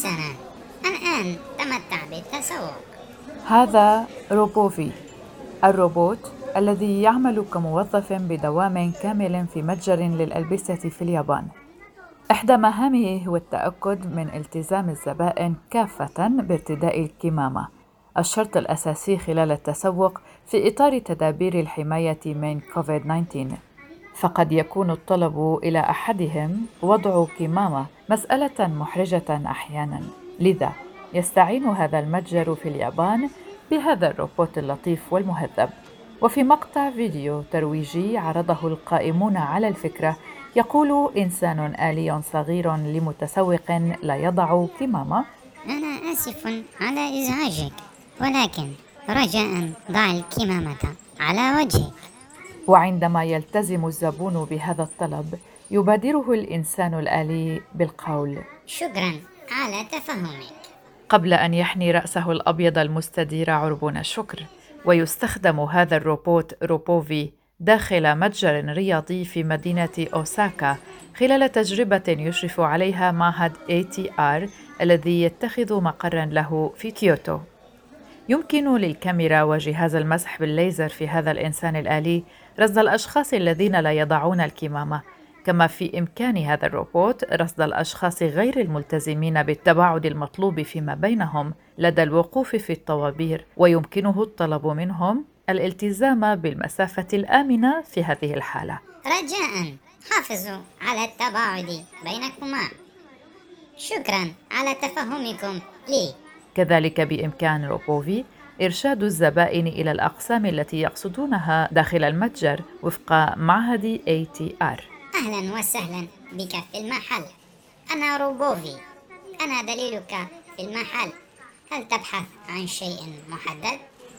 حسناً، الآن تمتع بالتسوق. هذا روبوفي، الروبوت الذي يعمل كموظف بدوام كامل في متجر للألبسة في اليابان. إحدى مهامه هو التأكد من التزام الزبائن كافة بارتداء الكمامة، الشرط الأساسي خلال التسوق في إطار تدابير الحماية من كوفيد-19. فقد يكون الطلب إلى أحدهم وضع كمامة مسألة محرجة أحياناً، لذا يستعين هذا المتجر في اليابان بهذا الروبوت اللطيف والمهذب. وفي مقطع فيديو ترويجي عرضه القائمون على الفكرة، يقول إنسان آلي صغير لمتسوق لا يضع كمامة: أنا آسف على إزعاجك، ولكن رجاءً ضع الكمامة على وجهك. وعندما يلتزم الزبون بهذا الطلب، يبادره الإنسان الآلي بالقول: شكراً على تفهمك. قبل أن يحني رأسه الأبيض المستدير عربون الشكر. ويستخدم هذا الروبوت روبوفي داخل متجر رياضي في مدينة أوساكا خلال تجربة يشرف عليها معهد ATR الذي يتخذ مقراً له في كيوتو. يمكن للكاميرا وجهاز المسح بالليزر في هذا الإنسان الآلي رصد الأشخاص الذين لا يضعون الكمامة، كما في إمكان هذا الروبوت رصد الأشخاص غير الملتزمين بالتباعد المطلوب فيما بينهم لدى الوقوف في الطوابير، ويمكنه الطلب منهم الالتزام بالمسافة الآمنة في هذه الحالة. رجاءً حافظوا على التباعد بينكما. شكراً على تفهمكم لي. كذلك بإمكان روبوفي إرشاد الزبائن إلى الأقسام التي يقصدونها داخل المتجر وفق معهد ATR. أهلاً وسهلاً بك في المحل، أنا روبوفي، أنا دليلك في المحل. هل تبحث عن شيء محدد؟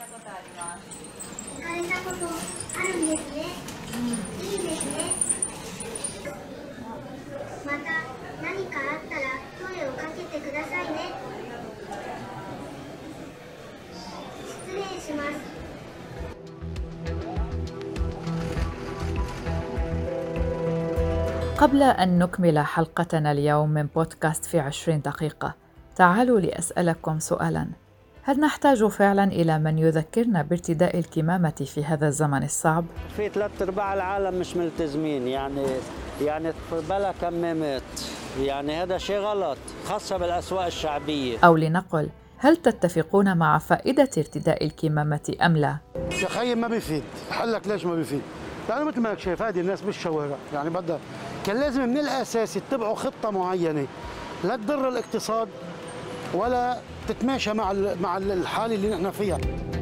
قبل أن نكمل حلقتنا اليوم من بودكاست في 20 دقيقة، تعالوا لأسألكم سؤالاً: هل نحتاج فعلاً إلى من يذكرنا بارتداء الكمامة في هذا الزمن الصعب؟ في 3/4 العالم مش ملتزمين، يعني بلا كمامات، يعني هذا شيء غلط، خاصة بالأسواق الشعبية. أو لنقل، هل تتفقون مع فائدة ارتداء الكمامة أم لا؟ يا خيي ما بيفيد، حلك ليش ما بيفيد؟ لأنه مثل ما شايف هذه الناس بالشوارع، يعني بدها كان لازم من الأساس يتبعوا خطة معينة لا تضر الاقتصاد ولا تتماشى مع الحالة اللي نحن فيها.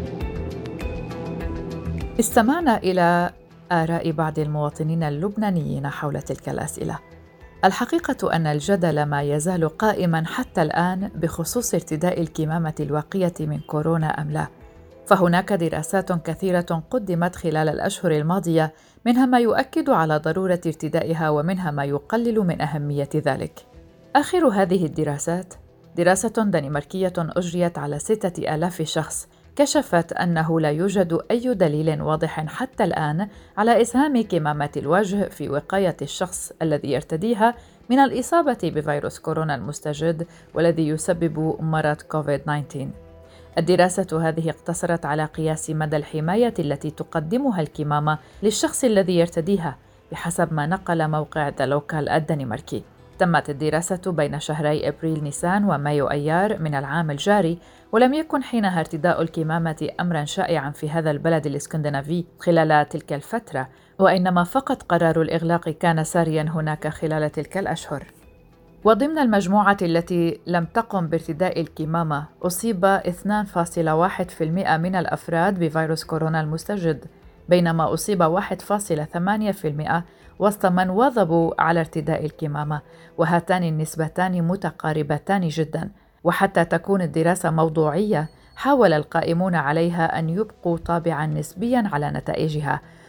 استمعنا إلى آراء بعض المواطنين اللبنانيين حول تلك الأسئلة. الحقيقة أن الجدل ما يزال قائماً حتى الآن بخصوص ارتداء الكمامة الواقية من كورونا أم لا، فهناك دراسات كثيرة قدمت خلال الأشهر الماضية، منها ما يؤكد على ضرورة ارتدائها ومنها ما يقلل من أهمية ذلك. آخر هذه الدراسات دراسة دنماركية أجريت على 6,000 شخص، كشفت أنه لا يوجد أي دليل واضح حتى الآن على إسهام كمامة الوجه في وقاية الشخص الذي يرتديها من الإصابة بفيروس كورونا المستجد والذي يسبب مرض كوفيد-19. الدراسة هذه اقتصرت على قياس مدى الحماية التي تقدمها الكمامة للشخص الذي يرتديها بحسب ما نقل موقع ذا لوكال الدنماركي. تمت الدراسة بين شهري أبريل نيسان ومايو أيار من العام الجاري، ولم يكن حينها ارتداء الكمامة أمراً شائعاً في هذا البلد الإسكندنافي خلال تلك الفترة، وإنما فقط قرار الإغلاق كان سارياً هناك خلال تلك الأشهر. وضمن المجموعة التي لم تقم بارتداء الكمامة أصيب 2.1% من الأفراد بفيروس كورونا المستجد، بينما أصيب 1.8% وسط من واظبوا على ارتداء الكمامة، وهاتان النسبتان متقاربتان جدا. وحتى تكون الدراسة موضوعية، حاول القائمون عليها أن يبقوا طابعا نسبيا على نتائجها،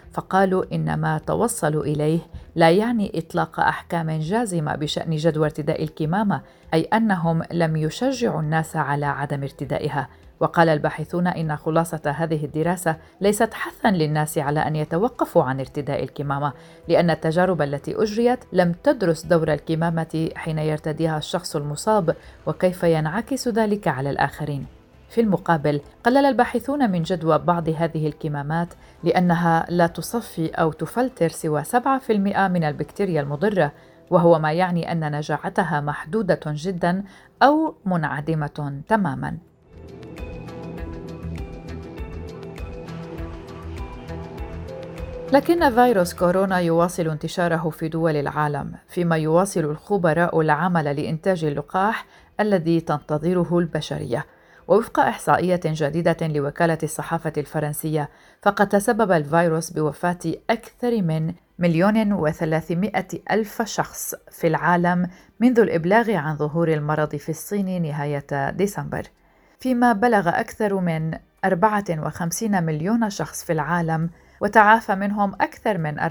فقالوا إن ما توصلوا إليه لا يعني إطلاق أحكام جازمة بشأن جدوى ارتداء الكمامة، أي أنهم لم يشجعوا الناس على عدم ارتدائها. وقال الباحثون إن خلاصة هذه الدراسة ليست حثاً للناس على أن يتوقفوا عن ارتداء الكمامة، لأن التجارب التي أجريت لم تدرس دور الكمامة حين يرتديها الشخص المصاب وكيف ينعكس ذلك على الآخرين. في المقابل، قلل الباحثون من جدوى بعض هذه الكمامات لأنها لا تصفي أو تفلتر سوى 7% من البكتيريا المضرة، وهو ما يعني أن نجاعتها محدودة جداً أو منعدمة تماماً. لكن فيروس كورونا يواصل انتشاره في دول العالم، فيما يواصل الخبراء العمل لإنتاج اللقاح الذي تنتظره البشرية. ووفق إحصائية جديدة لوكالة الصحافة الفرنسية، فقد تسبب الفيروس بوفاة أكثر من 1,300,000 شخص في العالم منذ الإبلاغ عن ظهور المرض في الصين نهاية ديسمبر، فيما بلغ أكثر من 54 مليون شخص في العالم، وتعافى منهم أكثر من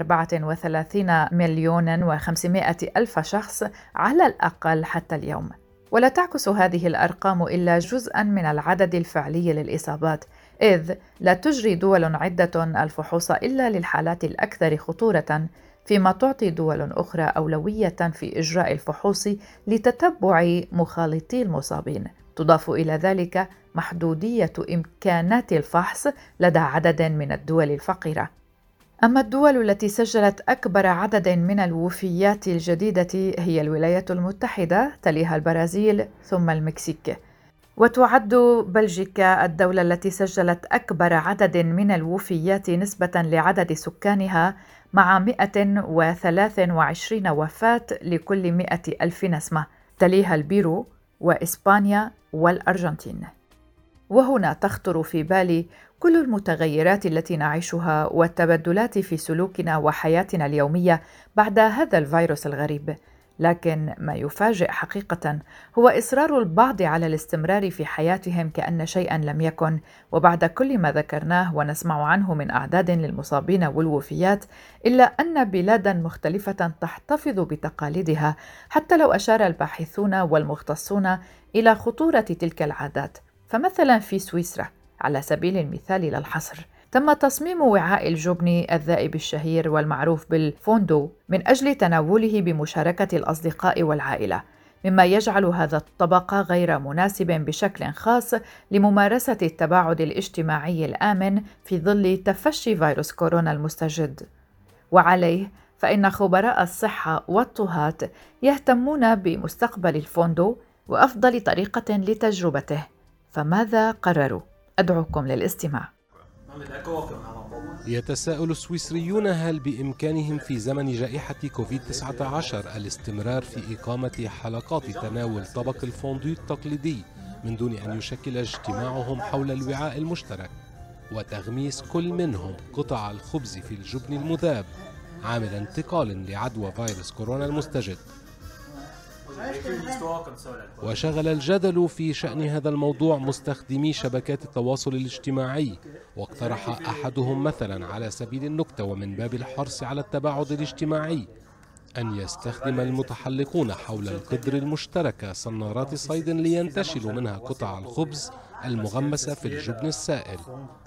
34,500,000 شخص على الأقل حتى اليوم. ولا تعكس هذه الأرقام إلا جزءاً من العدد الفعلي للإصابات، إذ لا تجري دول عدة الفحوص إلا للحالات الأكثر خطورة، فيما تعطي دول أخرى أولوية في إجراء الفحوص لتتبع مخالطي المصابين. تضاف إلى ذلك محدودية إمكانات الفحص لدى عدد من الدول الفقيرة. أما الدول التي سجلت أكبر عدد من الوفيات الجديدة هي الولايات المتحدة، تليها البرازيل ثم المكسيك. وتعد بلجيكا الدولة التي سجلت أكبر عدد من الوفيات نسبة لعدد سكانها مع 123 وفاة لكل 100,000 نسمة، تليها البيرو وإسبانيا والأرجنتين. وهنا تخطر في بالي كل المتغيرات التي نعيشها والتبدلات في سلوكنا وحياتنا اليومية بعد هذا الفيروس الغريب، لكن ما يفاجئ حقيقة هو إصرار البعض على الاستمرار في حياتهم كأن شيئا لم يكن. وبعد كل ما ذكرناه ونسمع عنه من أعداد للمصابين والوفيات، إلا أن بلادا مختلفة تحتفظ بتقاليدها، حتى لو أشار الباحثون والمختصون إلى خطورة تلك العادات. فمثلا في سويسرا على سبيل المثال لا الحصر، تم تصميم وعاء الجبن الذائب الشهير والمعروف بالفوندو من أجل تناوله بمشاركة الأصدقاء والعائلة، مما يجعل هذا الطبق غير مناسب بشكل خاص لممارسة التباعد الاجتماعي الآمن في ظل تفشي فيروس كورونا المستجد. وعليه فإن خبراء الصحة والطهاة يهتمون بمستقبل الفوندو وأفضل طريقة لتجربته. فماذا قرروا؟ أدعوكم للاستماع. يتساءل السويسريون هل بإمكانهم في زمن جائحة كوفيد-19 الاستمرار في إقامة حلقات تناول طبق الفوندو التقليدي من دون أن يشكل اجتماعهم حول الوعاء المشترك وتغميس كل منهم قطع الخبز في الجبن المذاب عامل انتقال لعدوى فيروس كورونا المستجد. وشغل الجدل في شأن هذا الموضوع مستخدمي شبكات التواصل الاجتماعي، واقترح أحدهم مثلا على سبيل النكتة ومن باب الحرص على التباعد الاجتماعي أن يستخدم المتحلقون حول القدر المشترك صنارات صيد لينتشلوا منها قطع الخبز المغمسة في الجبن السائل.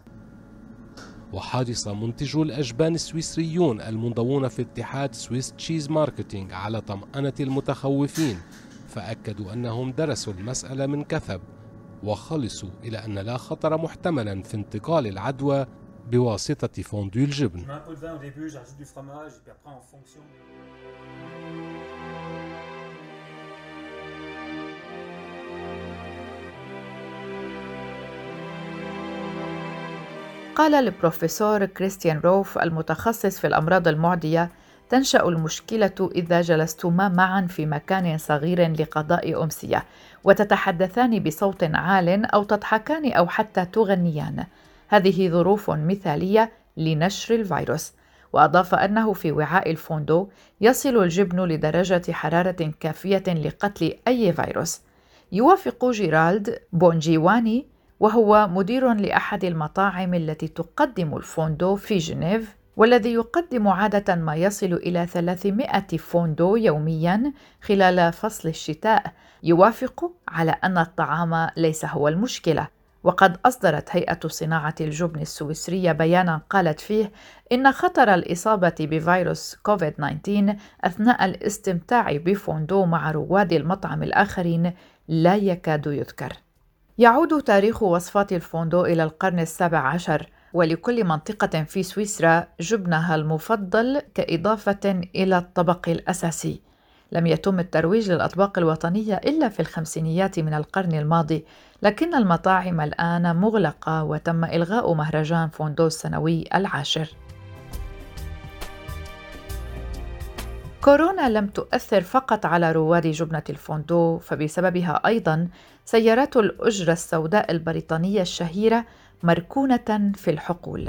وحرص منتجو الأجبان السويسريون المنضوون في اتحاد سويس تشيز ماركتينج على طمأنة المتخوفين، فأكدوا أنهم درسوا المسألة من كثب وخلصوا إلى أن لا خطر محتملا في انتقال العدوى بواسطة فوندو الجبن. قال البروفيسور كريستيان روف المتخصص في الأمراض المعدية: تنشأ المشكلة إذا جلستما معا في مكان صغير لقضاء أمسية وتتحدثان بصوت عال أو تضحكان أو حتى تغنيان. هذه ظروف مثالية لنشر الفيروس. وأضاف أنه في وعاء الفوندو يصل الجبن لدرجة حرارة كافية لقتل أي فيروس. يوافق جيرالد بونجيواني وهو مدير لأحد المطاعم التي تقدم الفوندو في جنيف والذي يقدم عادة ما يصل إلى 300 فوندو يومياً خلال فصل الشتاء، يوافق على أن الطعام ليس هو المشكلة. وقد أصدرت هيئة صناعة الجبن السويسرية بياناً قالت فيه إن خطر الإصابة بفيروس كوفيد-19 أثناء الاستمتاع بفوندو مع رواد المطعم الآخرين لا يكاد يذكر. يعود تاريخ وصفات الفوندو إلى القرن ال17، ولكل منطقة في سويسرا جبنها المفضل كإضافة إلى الطبق الأساسي. لم يتم الترويج للأطباق الوطنية إلا في الخمسينيات من القرن الماضي، لكن المطاعم الآن مغلقة وتم إلغاء مهرجان فوندو السنوي العاشر. كورونا لم تؤثر فقط على رواد جبنة الفوندو، فبسببها أيضاً سيارات الأجرة السوداء البريطانية الشهيرة مركونة في الحقول.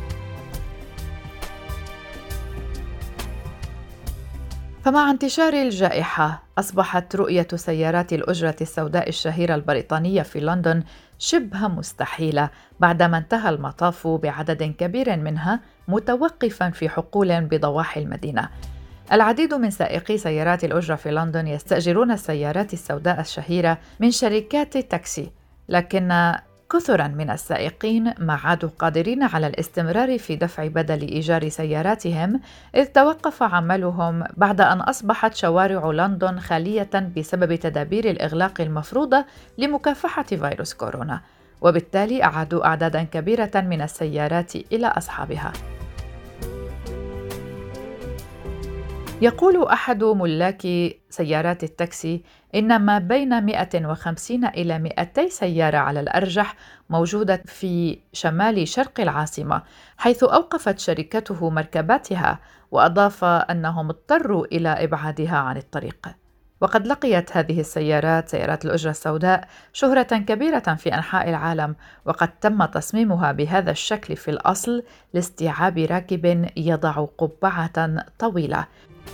فمع انتشار الجائحة أصبحت رؤية سيارات الأجرة السوداء الشهيرة البريطانية في لندن شبه مستحيلة بعدما انتهى المطاف بعدد كبير منها متوقفاً في حقول بضواحي المدينة. العديد من سائقي سيارات الأجرة في لندن يستأجرون السيارات السوداء الشهيرة من شركات التاكسي، لكن كثراً من السائقين ما عادوا قادرين على الاستمرار في دفع بدل إيجار سياراتهم، إذ توقف عملهم بعد أن أصبحت شوارع لندن خالية بسبب تدابير الإغلاق المفروضة لمكافحة فيروس كورونا، وبالتالي أعادوا أعداداً كبيرة من السيارات إلى أصحابها. يقول أحد ملاك سيارات التاكسي إن ما بين 150 إلى 200 سيارة على الأرجح موجودة في شمال شرق العاصمة، حيث أوقفت شركته مركباتها، وأضاف أنهم اضطروا إلى إبعادها عن الطريق. وقد لقيت هذه السيارات، سيارات الأجرة السوداء، شهرة كبيرة في أنحاء العالم، وقد تم تصميمها بهذا الشكل في الأصل لاستيعاب راكب يضع قبعة طويلة.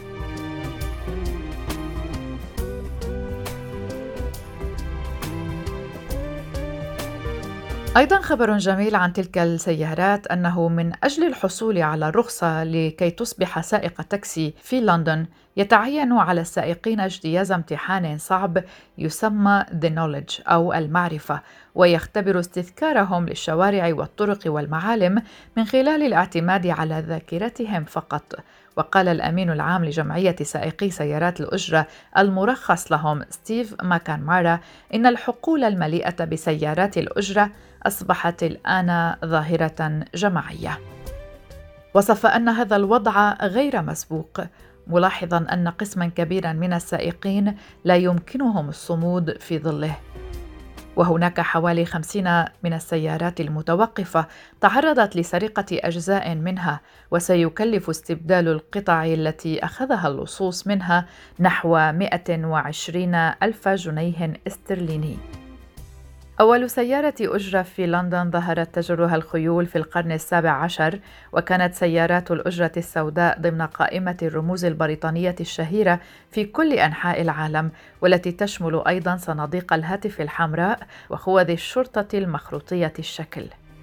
أيضاً خبر جميل عن تلك السيارات أنه من أجل الحصول على الرخصة لكي تصبح سائق تاكسي في لندن يتعين على السائقين اجتياز امتحان صعب يسمى The Knowledge أو المعرفة، ويختبر استذكارهم للشوارع والطرق والمعالم من خلال الاعتماد على ذاكرتهم فقط. وقال الأمين العام لجمعية سائقي سيارات الأجرة المرخص لهم ستيف ماكانمارا إن الحقول المليئة بسيارات الأجرة أصبحت الآن ظاهرة جماعية. وصف أن هذا الوضع غير مسبوق، ملاحظاً أن قسماً كبيراً من السائقين لا يمكنهم الصمود في ظله. وهناك حوالي 50 من السيارات المتوقفة تعرضت لسرقة أجزاء منها، وسيكلف استبدال القطع التي أخذها اللصوص منها نحو 120,000 جنيه استرليني. أول سيارة أجرة في لندن ظهرت تجرها الخيول في القرن ال17، وكانت سيارات الأجرة السوداء ضمن قائمة الرموز البريطانية الشهيرة في كل أنحاء العالم، والتي تشمل أيضاً صناديق الهاتف الحمراء وخوذ الشرطة المخروطية الشكل.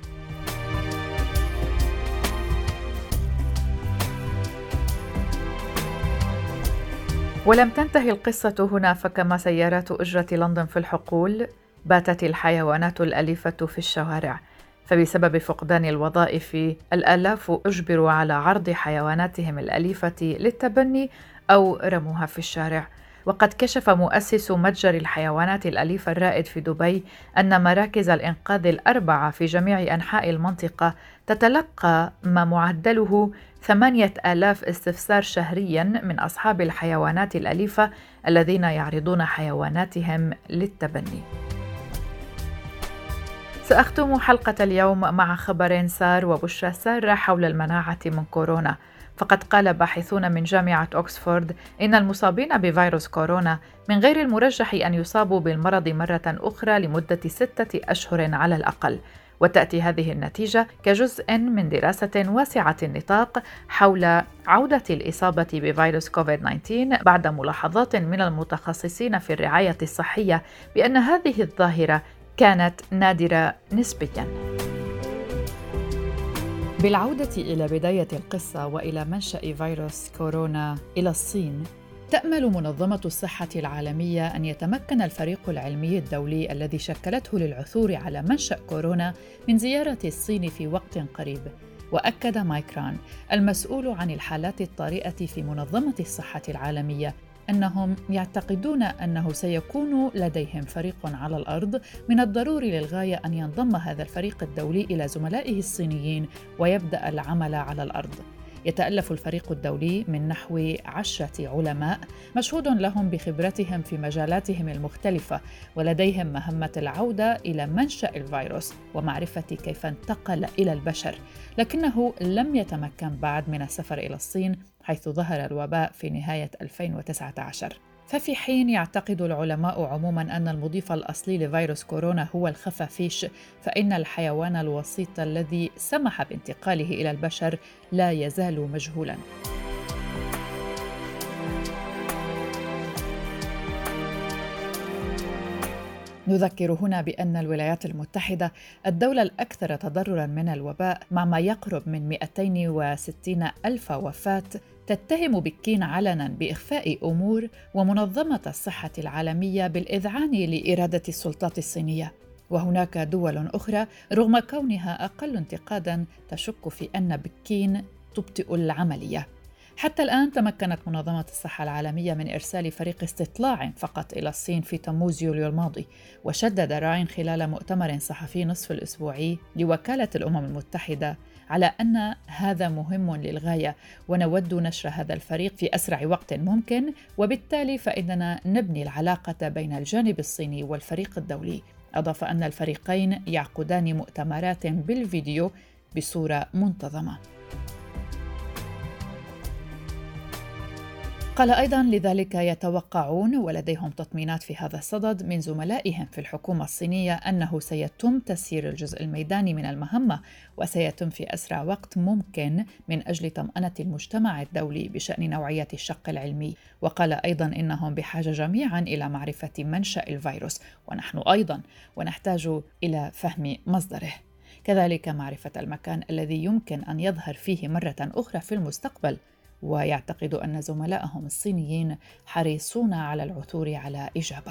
ولم تنتهي القصة هنا، فكما سيارات أجرة لندن في الحقول، باتت الحيوانات الأليفة في الشوارع، فبسبب فقدان الوظائف الآلاف أجبروا على عرض حيواناتهم الأليفة للتبني أو رموها في الشارع. وقد كشف مؤسس متجر الحيوانات الأليفة الرائد في دبي أن مراكز الإنقاذ ال4 في جميع أنحاء المنطقة تتلقى ما معدله 8,000 استفسار شهرياً من أصحاب الحيوانات الأليفة الذين يعرضون حيواناتهم للتبني. سأختم حلقة اليوم مع خبر سار وبشرى سارة حول المناعة من كورونا. فقد قال باحثون من جامعة أكسفورد إن المصابين بفيروس كورونا من غير المرجح أن يصابوا بالمرض مرة أخرى لمدة 6 أشهر على الأقل. وتأتي هذه النتيجة كجزء من دراسة واسعة النطاق حول عودة الإصابة بفيروس كوفيد-19 بعد ملاحظات من المتخصصين في الرعاية الصحية بأن هذه الظاهرة كانت نادرة نسبياً. بالعودة إلى بداية القصة وإلى منشأ فيروس كورونا إلى الصين، تأمل منظمة الصحة العالمية أن يتمكن الفريق العلمي الدولي الذي شكلته للعثور على منشأ كورونا من زيارة الصين في وقت قريب. وأكد مايك ران المسؤول عن الحالات الطارئة في منظمة الصحة العالمية أنهم يعتقدون أنه سيكون لديهم فريق على الأرض. من الضروري للغاية أن ينضم هذا الفريق الدولي إلى زملائه الصينيين ويبدأ العمل على الأرض. يتألف الفريق الدولي من نحو 10 علماء مشهود لهم بخبرتهم في مجالاتهم المختلفة، ولديهم مهمة العودة إلى منشأ الفيروس ومعرفة كيف انتقل إلى البشر، لكنه لم يتمكن بعد من السفر إلى الصين حيث ظهر الوباء في نهاية 2019. ففي حين يعتقد العلماء عموماً أن المضيف الأصلي لفيروس كورونا هو الخفافيش، فإن الحيوان الوسيط الذي سمح بانتقاله إلى البشر لا يزال مجهولاً. نذكر هنا بأن الولايات المتحدة الدولة الأكثر تضرراً من الوباء مع ما يقرب من 260 ألف وفاة تتهم بكين علناً بإخفاء أمور، ومنظمة الصحة العالمية بالإذعان لإرادة السلطات الصينية. وهناك دول أخرى رغم كونها أقل انتقاداً تشك في أن بكين تبطئ العملية. حتى الآن تمكنت منظمة الصحة العالمية من إرسال فريق استطلاع فقط إلى الصين في تموز يوليو الماضي. وشدد راين خلال مؤتمر صحفي نصف الأسبوعي لوكالة الأمم المتحدة على أن هذا مهم للغاية، ونود نشر هذا الفريق في أسرع وقت ممكن، وبالتالي فإننا نبني العلاقة بين الجانب الصيني والفريق الدولي. أضاف أن الفريقين يعقدان مؤتمرات بالفيديو بصورة منتظمة. قال أيضاً لذلك يتوقعون ولديهم تطمينات في هذا الصدد من زملائهم في الحكومة الصينية أنه سيتم تسيير الجزء الميداني من المهمة، وسيتم في أسرع وقت ممكن من أجل طمأنة المجتمع الدولي بشأن نوعية الشق العلمي. وقال أيضاً إنهم بحاجة جميعاً إلى معرفة منشأ الفيروس، ونحن أيضاً، ونحتاج إلى فهم مصدره، كذلك معرفة المكان الذي يمكن أن يظهر فيه مرة أخرى في المستقبل. ويعتقد أن زملائهم الصينيين حريصون على العثور على إجابة.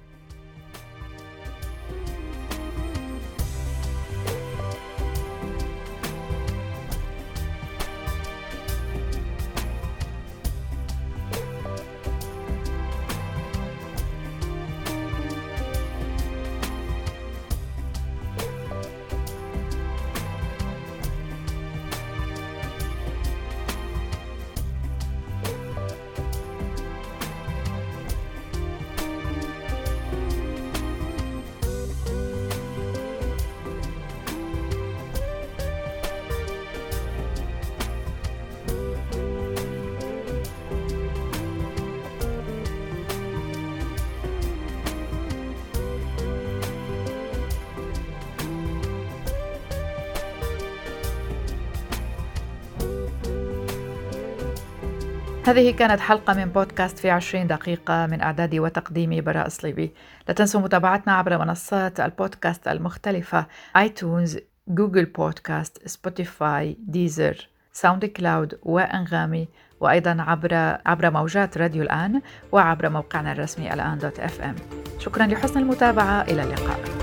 هذه كانت حلقة من بودكاست في 20 دقيقة من إعداد وتقديمي براء صليبي. لا تنسوا متابعتنا عبر منصات البودكاست المختلفة: آيتونز، جوجل بودكاست، سبوتيفاي، ديزر، ساوند كلاود وأنغامي، وأيضا عبر موجات راديو الآن وعبر موقعنا الرسمي الآن.fm. شكرا لحسن المتابعة، إلى اللقاء.